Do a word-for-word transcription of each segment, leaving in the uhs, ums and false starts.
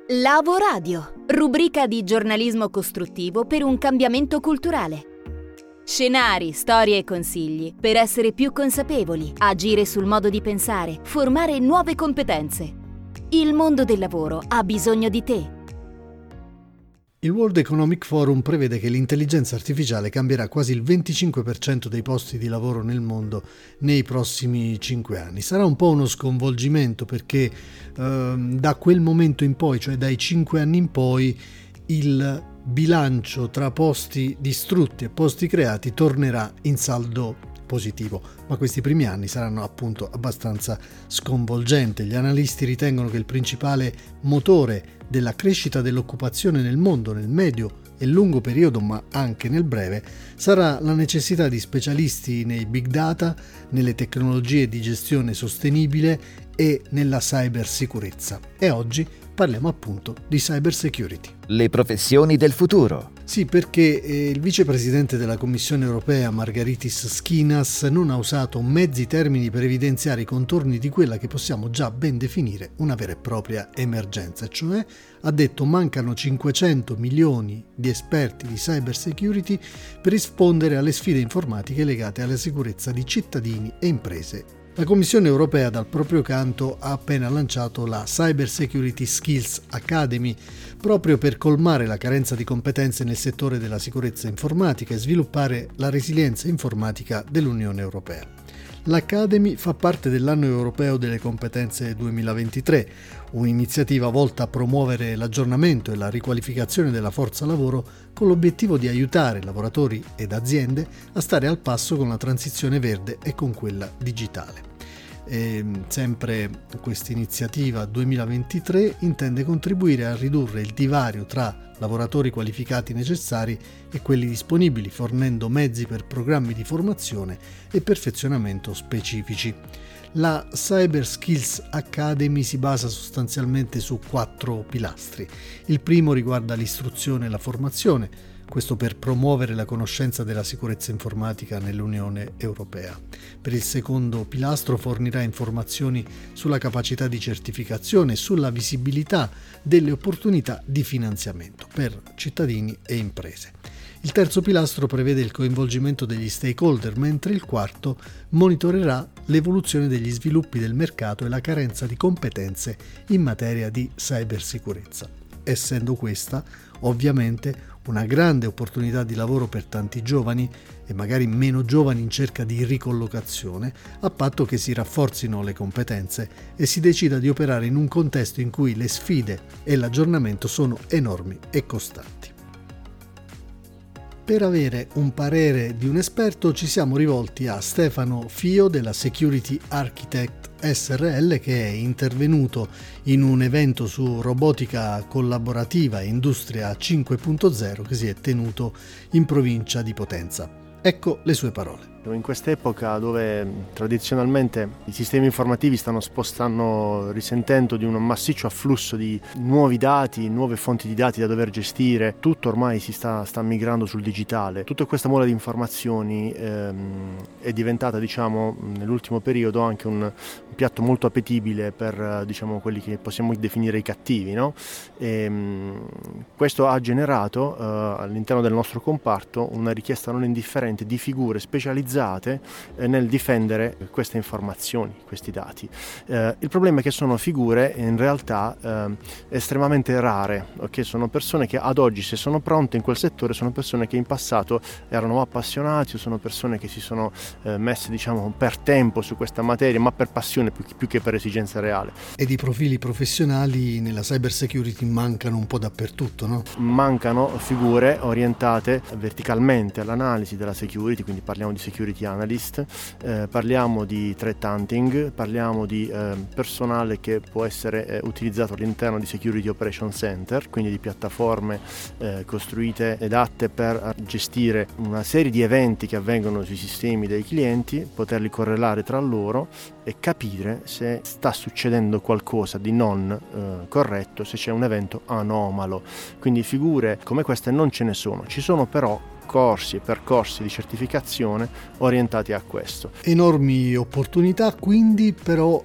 Lavo Radio, rubrica di giornalismo costruttivo per un cambiamento culturale. Scenari, storie e consigli per essere più consapevoli, agire sul modo di pensare, formare nuove competenze. Il mondo del lavoro ha bisogno di te. Il World Economic Forum prevede che l'intelligenza artificiale cambierà quasi il venticinque per cento dei posti di lavoro nel mondo nei prossimi cinque anni. Sarà un po' uno sconvolgimento perché eh, da quel momento in poi, cioè dai cinque anni in poi, il bilancio tra posti distrutti e posti creati tornerà in saldo positivo, ma questi primi anni saranno appunto abbastanza sconvolgenti. Gli analisti ritengono che il principale motore della crescita dell'occupazione nel mondo nel medio e lungo periodo, ma anche nel breve, sarà la necessità di specialisti nei big data, nelle tecnologie di gestione sostenibile e nella cybersicurezza. E oggi parliamo appunto di cyber security. Le professioni del futuro. Sì, perché eh, il vicepresidente della Commissione europea Margaritis Schinas non ha usato mezzi termini per evidenziare i contorni di quella che possiamo già ben definire una vera e propria emergenza, cioè ha detto mancano cinquecento milioni di esperti di cyber security per rispondere alle sfide informatiche legate alla sicurezza di cittadini e imprese. La Commissione europea dal proprio canto ha appena lanciato la Cyber Security Skills Academy proprio per colmare la carenza di competenze nel settore della sicurezza informatica e sviluppare la resilienza informatica dell'Unione Europea. L'Academy fa parte dell'anno europeo delle competenze duemilaventitré, un'iniziativa volta a promuovere l'aggiornamento e la riqualificazione della forza lavoro con l'obiettivo di aiutare lavoratori ed aziende a stare al passo con la transizione verde e con quella digitale. E sempre questa iniziativa duemilaventitré intende contribuire a ridurre il divario tra lavoratori qualificati necessari e quelli disponibili, fornendo mezzi per programmi di formazione e perfezionamento specifici. La Cyber Skills Academy si basa sostanzialmente su quattro pilastri. Il primo riguarda l'istruzione e la formazione, questo per promuovere la conoscenza della sicurezza informatica nell'Unione Europea. Per il secondo pilastro fornirà informazioni sulla capacità di certificazione e sulla visibilità delle opportunità di finanziamento per cittadini e imprese. Il terzo pilastro prevede il coinvolgimento degli stakeholder, mentre il quarto monitorerà l'evoluzione degli sviluppi del mercato e la carenza di competenze in materia di cybersicurezza, essendo questa ovviamente una grande opportunità di lavoro per tanti giovani e magari meno giovani in cerca di ricollocazione, a patto che si rafforzino le competenze e si decida di operare in un contesto in cui le sfide e l'aggiornamento sono enormi e costanti. Per avere un parere di un esperto ci siamo rivolti a Stefano Fio della Security Architect S R L, che è intervenuto in un evento su robotica collaborativa e industria cinque punto zero che si è tenuto in provincia di Potenza. Ecco le sue parole. In quest'epoca dove tradizionalmente i sistemi informativi stanno spostando, risentendo di un massiccio afflusso di nuovi dati, nuove fonti di dati da dover gestire, tutto ormai si sta, sta migrando sul digitale. Tutta questa mole di informazioni ehm, è diventata, diciamo, nell'ultimo periodo anche un, un piatto molto appetibile per, diciamo, quelli che possiamo definire i cattivi, no? E, questo ha generato eh, all'interno del nostro comparto una richiesta non indifferente di figure specializzate nel difendere queste informazioni, questi dati. Eh, il problema è che sono figure in realtà eh, estremamente rare, okay? Sono persone che ad oggi, se sono pronte in quel settore, sono persone che in passato erano appassionati o sono persone che si sono eh, messe, diciamo, per tempo su questa materia, ma per passione più, più che per esigenza reale. Ed i profili professionali nella cyber security mancano un po' dappertutto, no? Mancano figure orientate verticalmente all'analisi della security, quindi parliamo di security security analyst, eh, parliamo di threat hunting, parliamo di eh, personale che può essere eh, utilizzato all'interno di security operation center, quindi di piattaforme eh, costruite ed atte per gestire una serie di eventi che avvengono sui sistemi dei clienti, poterli correlare tra loro e capire se sta succedendo qualcosa di non eh, corretto, se c'è un evento anomalo. Quindi figure come queste non ce ne sono, ci sono però corsi e percorsi di certificazione orientati a questo. Enormi opportunità quindi, però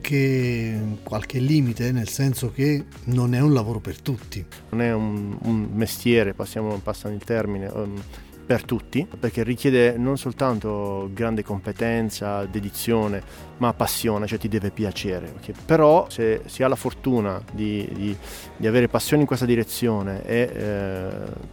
anche qualche limite, nel senso che non è un lavoro per tutti. Non è un, un mestiere, passiamo, passano il termine, um, per tutti, perché richiede non soltanto grande competenza, dedizione, ma passione, cioè ti deve piacere. Okay? Però se si ha la fortuna di, di, di avere passione in questa direzione e eh,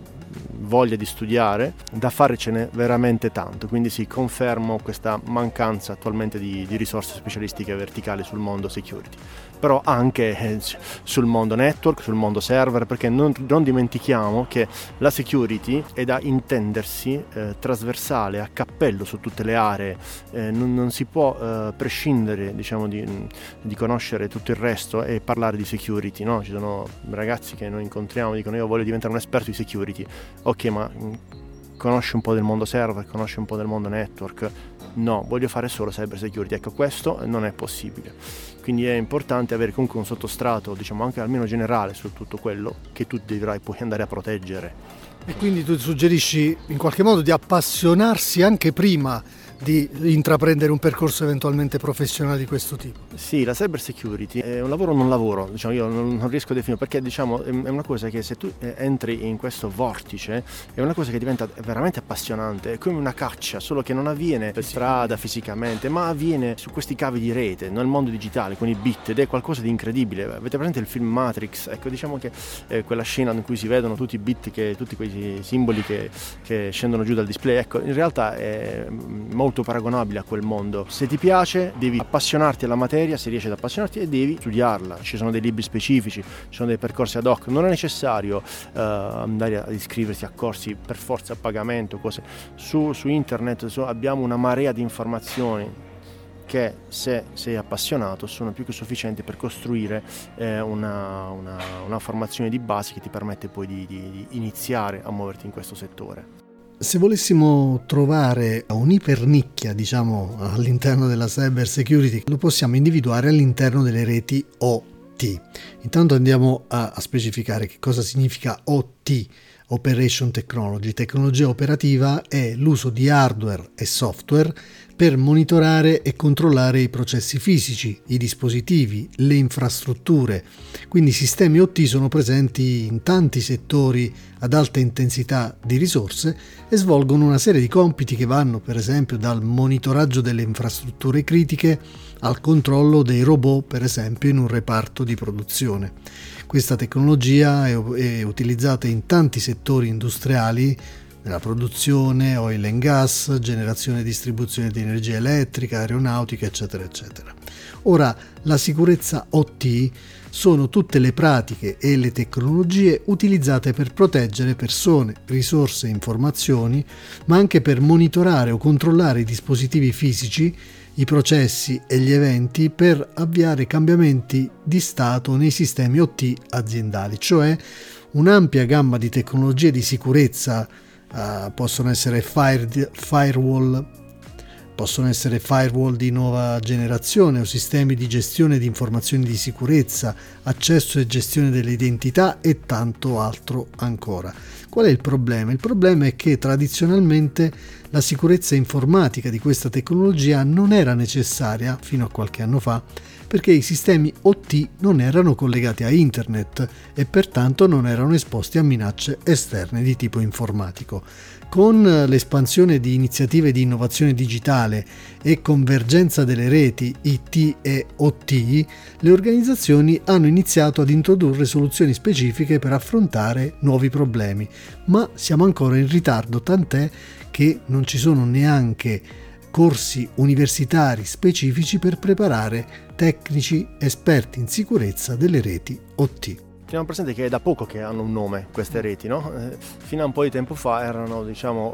voglia di studiare, da fare ce n'è veramente tanto, quindi sì, confermo questa mancanza attualmente di, di risorse specialistiche verticali sul mondo security, però anche eh, sul mondo network, sul mondo server, perché non, non dimentichiamo che la security è da intendersi eh, trasversale, a cappello su tutte le aree, eh, non, non si può eh, prescindere, diciamo, di, di conoscere tutto il resto e parlare di security, no? Ci sono ragazzi che noi incontriamo e dicono io voglio diventare un esperto di security. Ok, ma conosci un po' del mondo server, conosci un po' del mondo network? No, voglio fare solo cyber security. Ecco, questo non è possibile. Quindi è importante avere comunque un sottostrato, diciamo anche almeno generale, su tutto quello che tu dovrai poi andare a proteggere. E quindi tu suggerisci in qualche modo di appassionarsi anche prima di intraprendere un percorso eventualmente professionale di questo tipo? Sì, la cyber security è un lavoro o non lavoro, diciamo, io non, non riesco a definire, perché diciamo è una cosa che se tu entri in questo vortice è una cosa che diventa veramente appassionante, è come una caccia, solo che non avviene per strada fisicamente, ma avviene su questi cavi di rete, nel mondo digitale, con i bit, ed è qualcosa di incredibile. Avete presente il film Matrix? Ecco, diciamo che è quella scena in cui si vedono tutti i bit, che, tutti quei simboli che, che scendono giù dal display, ecco, in realtà è molto paragonabile a quel mondo. Se ti piace devi appassionarti alla materia, se riesci ad appassionarti, e devi studiarla. Ci sono dei libri specifici, ci sono dei percorsi ad hoc, non è necessario uh, andare ad iscriversi a corsi per forza a pagamento, cose. Su, su internet su, abbiamo una marea di informazioni che, se sei appassionato, sono più che sufficienti per costruire eh, una, una, una formazione di base che ti permette poi di, di, di iniziare a muoverti in questo settore. Se volessimo trovare un'ipernicchia, diciamo, all'interno della cyber security, lo possiamo individuare all'interno delle reti O T. Intanto andiamo a, a specificare che cosa significa O T, Operation Technology. Tecnologia operativa è l'uso di hardware e software per monitorare e controllare i processi fisici, i dispositivi, le infrastrutture. Quindi i sistemi O T sono presenti in tanti settori ad alta intensità di risorse e svolgono una serie di compiti che vanno, per esempio, dal monitoraggio delle infrastrutture critiche al controllo dei robot, per esempio, in un reparto di produzione. Questa tecnologia è, è utilizzata in tanti settori industriali, nella produzione, oil and gas, generazione e distribuzione di energia elettrica, aeronautica, eccetera, eccetera. Ora, la sicurezza O T sono tutte le pratiche e le tecnologie utilizzate per proteggere persone, risorse e informazioni, ma anche per monitorare o controllare i dispositivi fisici, i processi e gli eventi, per avviare cambiamenti di stato nei sistemi O T aziendali, cioè un'ampia gamma di tecnologie di sicurezza. Uh, possono essere fire, firewall, possono essere firewall di nuova generazione o sistemi di gestione di informazioni di sicurezza, accesso e gestione delle identità e tanto altro ancora. Qual è il problema? Il problema è che tradizionalmente la sicurezza informatica di questa tecnologia non era necessaria fino a qualche anno fa, perché i sistemi O T non erano collegati a internet e pertanto non erano esposti a minacce esterne di tipo informatico. Con l'espansione di iniziative di innovazione digitale e convergenza delle reti I T e O T, le organizzazioni hanno iniziato ad introdurre soluzioni specifiche per affrontare nuovi problemi, ma siamo ancora in ritardo, tant'è che non ci sono neanche corsi universitari specifici per preparare tecnici esperti in sicurezza delle reti O T. Teniamo presente che è da poco che hanno un nome queste reti, no? Eh, fino a un po' di tempo fa erano, diciamo,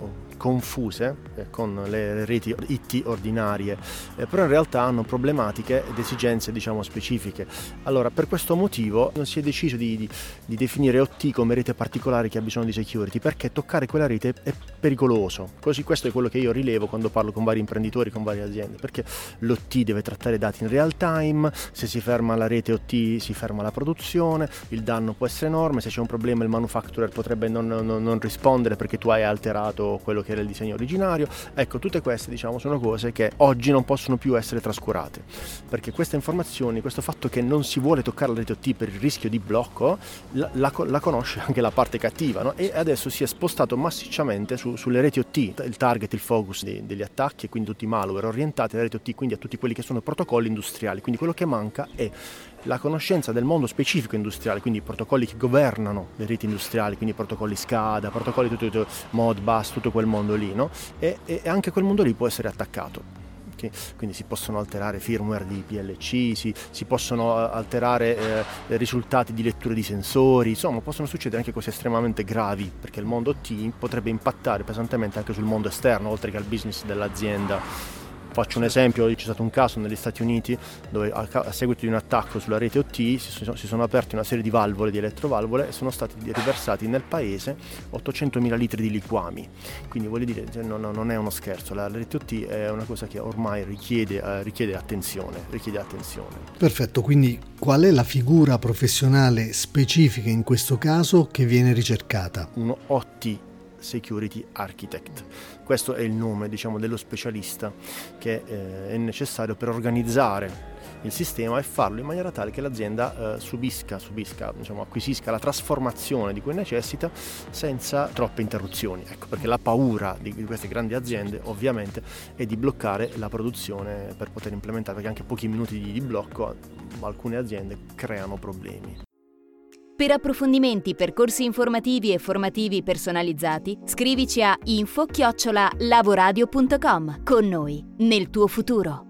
confuse eh, con le reti I T ordinarie, eh, però in realtà hanno problematiche ed esigenze diciamo specifiche. Allora per questo motivo non si è deciso di, di, di definire O T come rete particolare che ha bisogno di security, perché toccare quella rete è pericoloso. Così questo è quello che io rilevo quando parlo con vari imprenditori, con varie aziende, perché l'O T deve trattare dati in real time, se si ferma la rete O T si ferma la produzione, il danno può essere enorme, se c'è un problema il manufacturer potrebbe non, non, non rispondere perché tu hai alterato quello che era il disegno originario. Ecco, tutte queste diciamo sono cose che oggi non possono più essere trascurate, perché queste informazioni, questo fatto che non si vuole toccare la rete O T per il rischio di blocco, la, la, la conosce anche la parte cattiva, no? E adesso si è spostato massicciamente su, sulle reti O T, il target, il focus dei, degli attacchi e quindi tutti i malware orientati alla rete O T, quindi a tutti quelli che sono protocolli industriali. Quindi quello che manca è la conoscenza del mondo specifico industriale, quindi i protocolli che governano le reti industriali, quindi protocolli SCADA, protocolli tutto, tutto, Modbus, tutto quel mondo lì, no? E, e anche quel mondo lì può essere attaccato. Okay? Quindi si possono alterare firmware di P L C, si, si possono alterare eh, risultati di letture di sensori, insomma possono succedere anche cose estremamente gravi, perché il mondo O T potrebbe impattare pesantemente anche sul mondo esterno, oltre che al business dell'azienda. Faccio un esempio, c'è stato un caso negli Stati Uniti dove a seguito di un attacco sulla rete O T si sono, si sono aperte una serie di valvole, di elettrovalvole, e sono stati riversati nel paese ottocentomila litri di liquami. Quindi voglio dire, no, no, non è uno scherzo, la rete O T è una cosa che ormai richiede, eh, richiede attenzione, richiede attenzione. Perfetto, quindi qual è la figura professionale specifica in questo caso che viene ricercata? Uno O T Security Architect. Questo è il nome, diciamo, dello specialista che eh, è necessario per organizzare il sistema e farlo in maniera tale che l'azienda eh, subisca, subisca diciamo, acquisisca la trasformazione di cui necessita senza troppe interruzioni. Ecco, perché la paura di, di queste grandi aziende ovviamente è di bloccare la produzione per poter implementare, perché anche pochi minuti di, di blocco alcune aziende creano problemi. Per approfondimenti, percorsi informativi e formativi personalizzati, scrivici a info chiocciola lavoradio punto com. Con noi, nel tuo futuro.